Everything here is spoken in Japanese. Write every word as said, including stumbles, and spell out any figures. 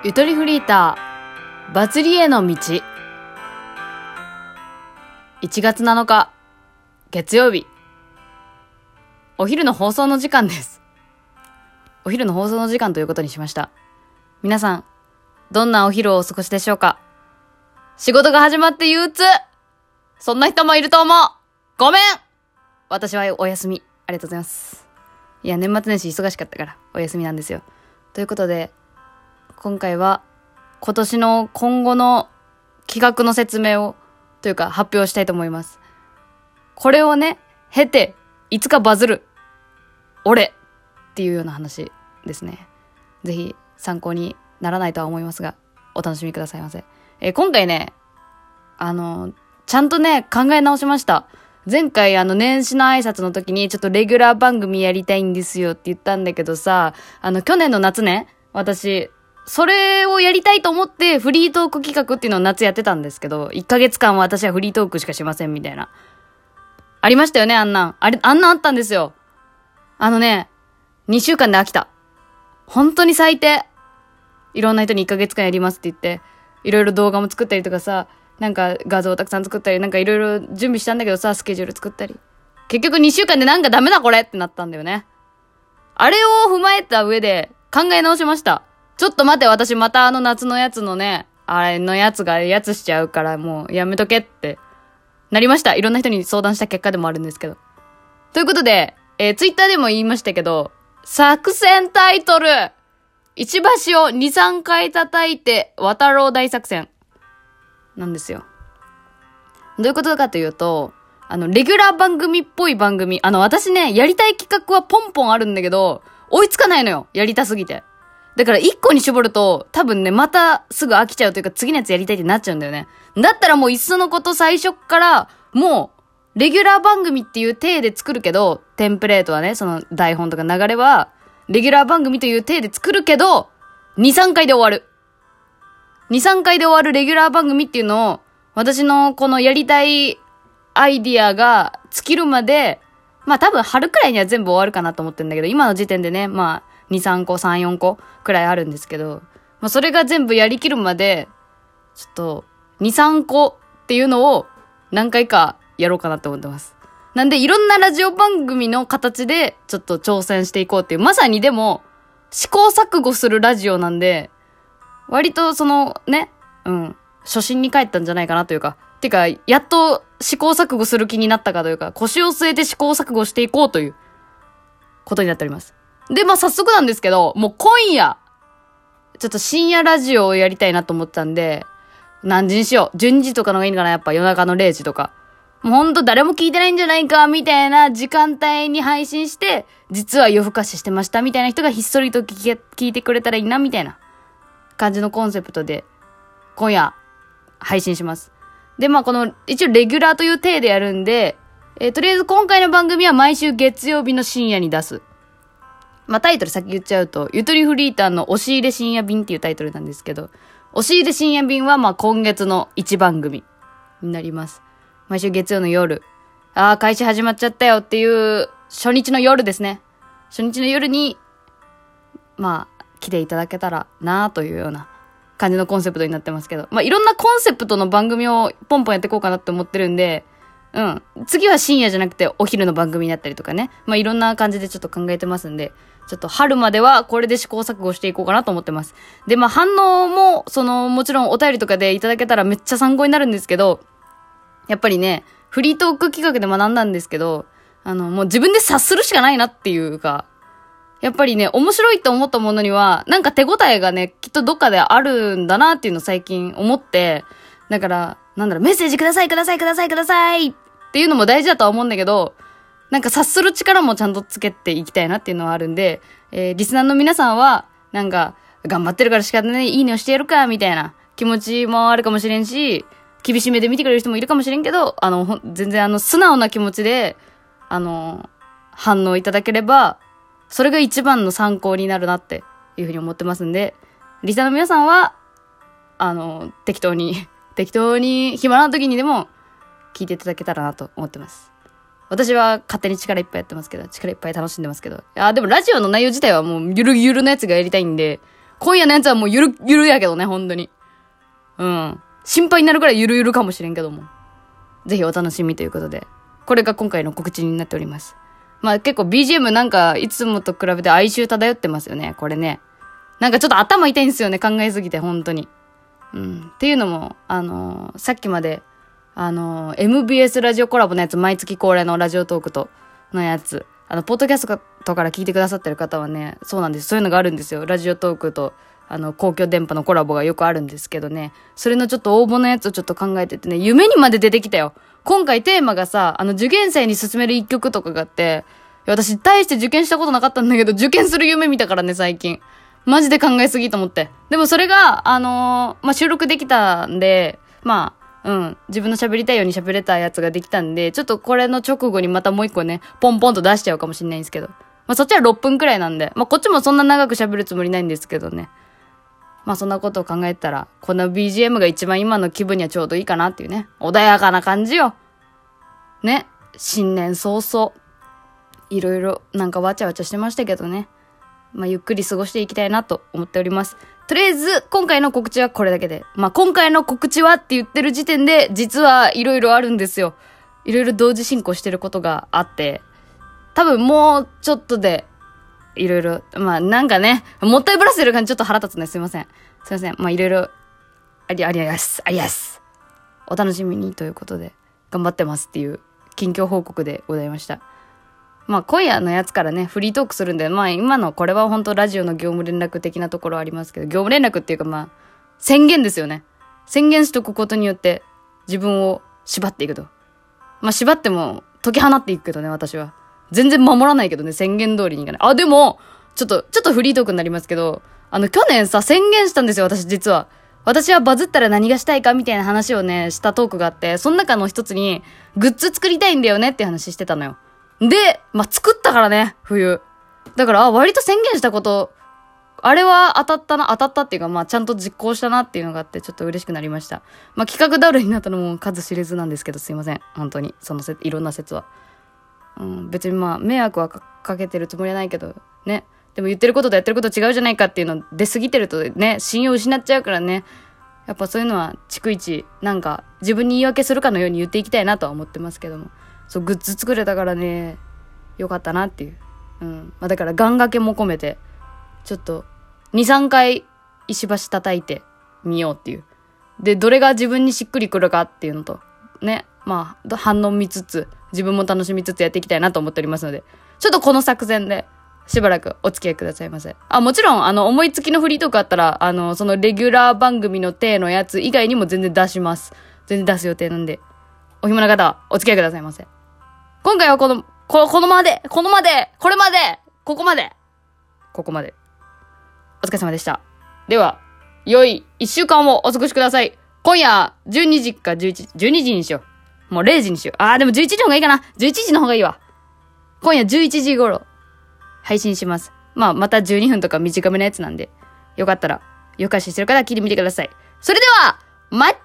ゆとりフリーターバツリへの道。いちがつなのか月曜日、お昼の放送の時間です。お昼の放送の時間ということにしました。皆さんどんなお昼をお過ごしでしょうか。仕事が始まって憂鬱、そんな人もいると思う。ごめん、私はお休み。ありがとうございます。いや、年末年始忙しかったからお休みなんですよ。ということで今回は今年の今後の企画の説明をというか発表したいと思います。これをね経ていつかバズる俺っていうような話ですね。ぜひ参考にならないとは思いますがお楽しみくださいませ。えー、今回ねあのちゃんとね考え直しました。前回あの年始の挨拶の時にちょっとレギュラー番組やりたいんですよって言ったんだけどさ、あの去年の夏ね、私それをやりたいと思ってフリートーク企画っていうのを夏やってたんですけど、いっかげつかんは私はフリートークしかしませんみたいな。ありましたよね、あんなん。あれ、あんなんあったんですよ。あのね、にしゅうかんで飽きた。本当に最低。いろんな人にいっかげつかんやりますって言って、いろいろ動画も作ったりとかさ、なんか画像をたくさん作ったり、なんかいろいろ準備したんだけどさ、スケジュール作ったり。結局にしゅうかんでなんかダメだこれってなったんだよね。あれを踏まえた上で考え直しました。ちょっと待って、私またあの夏のやつのね、あれのやつがやつしちゃうからもうやめとけってなりました。いろんな人に相談した結果でもあるんですけど。ということで、えー、ツイッターでも言いましたけど、作戦タイトル、石橋をに、さんかい叩いて渡ろう大作戦なんですよ。どういうことかというと、あの、レギュラー番組っぽい番組、あの、私ね、やりたい企画はポンポンあるんだけど、追いつかないのよ。やりたすぎて。だから一個に絞ると、多分ね、またすぐ飽きちゃうというか、次のやつやりたいってなっちゃうんだよね。だったらもういっそのこと最初から、もう、レギュラー番組っていう体で作るけど、テンプレートはね、その台本とか流れは、レギュラー番組という体で作るけど、に、さんかいで終わる。に、さんかいで終わるレギュラー番組っていうのを、私のこのやりたいアイディアが尽きるまで、まあ多分春くらいには全部終わるかなと思ってるんだけど、今の時点でね、まあに、さんこ、さん、よんこくらいあるんですけど、まあそれが全部やりきるまで、ちょっとに、さんこっていうのを何回かやろうかなと思ってます。なんでいろんなラジオ番組の形でちょっと挑戦していこうっていう、まさにでも試行錯誤するラジオなんで、割とそのね、うん、初心に帰ったんじゃないかなというか、てかやっと試行錯誤する気になったかというか、腰を据えて試行錯誤していこうということになっております。で、まあ早速なんですけど、もう今夜ちょっと深夜ラジオをやりたいなと思ったんで、何時にしよう、じゅうにじとかのがいいのかな、やっぱ夜中のれいじとか、もうほんと誰も聞いてないんじゃないかみたいな時間帯に配信して、実は夜更かししてましたみたいな人がひっそりと聞け聞いてくれたらいいなみたいな感じのコンセプトで今夜配信します。で、まあこの一応レギュラーという体でやるんで、えー、とりあえず今回の番組は毎週月曜日の深夜に出す。まあタイトル先言っちゃうと、ゆとりフリーターの押し入れ深夜便っていうタイトルなんですけど、押し入れ深夜便はまあ今月のいちばん組になります。毎週月曜の夜、あー開始始まっちゃったよっていう初日の夜ですね。初日の夜にまあ来ていただけたらなというような感じのコンセプトになってますけど、まあいろんなコンセプトの番組をポンポンやっていこうかなって思ってるんで、うん、次は深夜じゃなくてお昼の番組になったりとかね、まあいろんな感じでちょっと考えてますんで、ちょっと春まではこれで試行錯誤していこうかなと思ってます。で、まあ反応もそのもちろんお便りとかでいただけたらめっちゃ参考になるんですけど、やっぱりねフリートーク企画で学んだんですけど、あのもう自分で察するしかないなっていうか、やっぱりね面白いと思ったものにはなんか手応えがねきっとどっかであるんだなっていうのを最近思って、だからなんだろう、メッセージくださいくださいくださいくださいっていうのも大事だとは思うんだけど、なんか察する力もちゃんとつけていきたいなっていうのはあるんで、えー、リスナーの皆さんはなんか頑張ってるから仕方ない、いいねをしてやるかみたいな気持ちもあるかもしれんし、厳しめで見てくれる人もいるかもしれんけど、あの全然あの素直な気持ちであの反応いただければそれが一番の参考になるなっていうふうに思ってますんで、リスナーの皆さんはあの適当に適当に暇な時にでも聞いていただけたらなと思ってます。私は勝手に力いっぱいやってますけど、力いっぱい楽しんでますけど、あでもラジオの内容自体はもうゆるゆるのやつがやりたいんで、 今夜のやつはもうゆる、ゆるやけどね、本当に。うん。心配になるくらいゆるゆるかもしれんけども。ぜひお楽しみということで。これが今回の告知になっております。まあ結構 ビージーエム なんかいつもと比べて哀愁漂ってますよね、これね。なんかちょっと頭痛いんですよね、考えすぎて、本当に。うん。っていうのも、あのー、さっきまで、あのー、エムビーエス ラジオコラボのやつ、毎月恒例のラジオトークとのやつ。あの、ポッドキャストから聞いてくださってる方はね、そうなんです。そういうのがあるんですよ。ラジオトークと、あの、公共電波のコラボがよくあるんですけどね。それのちょっと応募のやつをちょっと考えててね、夢にまで出てきたよ。今回テーマがさ、あの、受験生に勧める一曲とかがあって、私、大して受験したことなかったんだけど、受験する夢見たからね、最近。マジで考えすぎと思って。でもそれが、あのー、まあ、収録できたんで、まあ、うん。自分の喋りたいように喋れたやつができたんで、ちょっとこれの直後にまたもう一個ね、ポンポンと出しちゃうかもしれないんですけど。まあ、そっちはろっぷんくらいなんで、まあ、こっちもそんな長く喋るつもりないんですけどね。まあ、そんなことを考えたら、この ビージーエム が一番今の気分にはちょうどいいかなっていうね。穏やかな感じよ。ね。新年早々。いろいろなんかわちゃわちゃしてましたけどね。まあ、ゆっくり過ごしていきたいなと思っております。とりあえず、今回の告知はこれだけで。まあ、今回の告知はって言ってる時点で、実はいろいろあるんですよ。いろいろ同時進行してることがあって、多分もうちょっとで、いろいろ、まあ、なんかね、もったいぶらせてる感じちょっと腹立つね。すいません。すいません。まあ、いろいろ、あり、ありやす、ありやす。お楽しみにということで、頑張ってますっていう近況報告でございました。まあ今夜のやつからね、フリートークするんで、まあ今のこれは本当ラジオの業務連絡的なところありますけど、業務連絡っていうかまあ、宣言ですよね。宣言しとくことによって自分を縛っていくと。まあ縛っても解き放っていくけどね、私は。全然守らないけどね、宣言通りにいかない。あ、でも、ちょっと、ちょっとフリートークになりますけど、あの去年さ、宣言したんですよ、私実は。私はバズったら何がしたいかみたいな話をね、したトークがあって、その中の一つに、グッズ作りたいんだよねって話してたのよ。で、まあ、作ったからね、冬。だから、あ、割と宣言したこと、あれは当たったな、当たったっていうか、まあ、ちゃんと実行したなっていうのがあって、ちょっと嬉しくなりました。まあ、企画ダウルになったのも数知れずなんですけど、すいません。本当に。そのせ、いろんな説は。うん、別にまあ、迷惑は か, かけてるつもりはないけど、ね。でも言ってることとやってること違うじゃないかっていうの出過ぎてるとね、信用失っちゃうからね。やっぱそういうのは、逐一、なんか、自分に言い訳するかのように言っていきたいなとは思ってますけども。そう、グッズ作れたからね、よかったなっていう。うん。まあ、だから、願掛けも込めて、ちょっと、に、さんかい、石橋叩いてみようっていう。で、どれが自分にしっくりくるかっていうのと、ね。まあ、反応見つつ、自分も楽しみつつやっていきたいなと思っておりますので、ちょっとこの作戦で、しばらくお付き合いくださいませ。あ、もちろん、あの、思いつきのフリートークあったら、あの、そのレギュラー番組の体のやつ以外にも全然出します。全然出す予定なんで、お暇な方はお付き合いくださいませ。今回はこの、こ、このまで、このまで、これまで、ここまで、ここまで。お疲れ様でした。では、良い一週間をお過ごしください。今夜、じゅうにじかじゅういちじ、じゅうにじにしよう。もうれいじにしよう。あー、でもじゅういちじの方がいいかな。じゅういちじの方がいいわ。今夜じゅういちじ頃、配信します。まあ、またじゅうにふんとか短めのやつなんで、よかったら、夜更かししてる方は聞いてみてください。それでは、まっ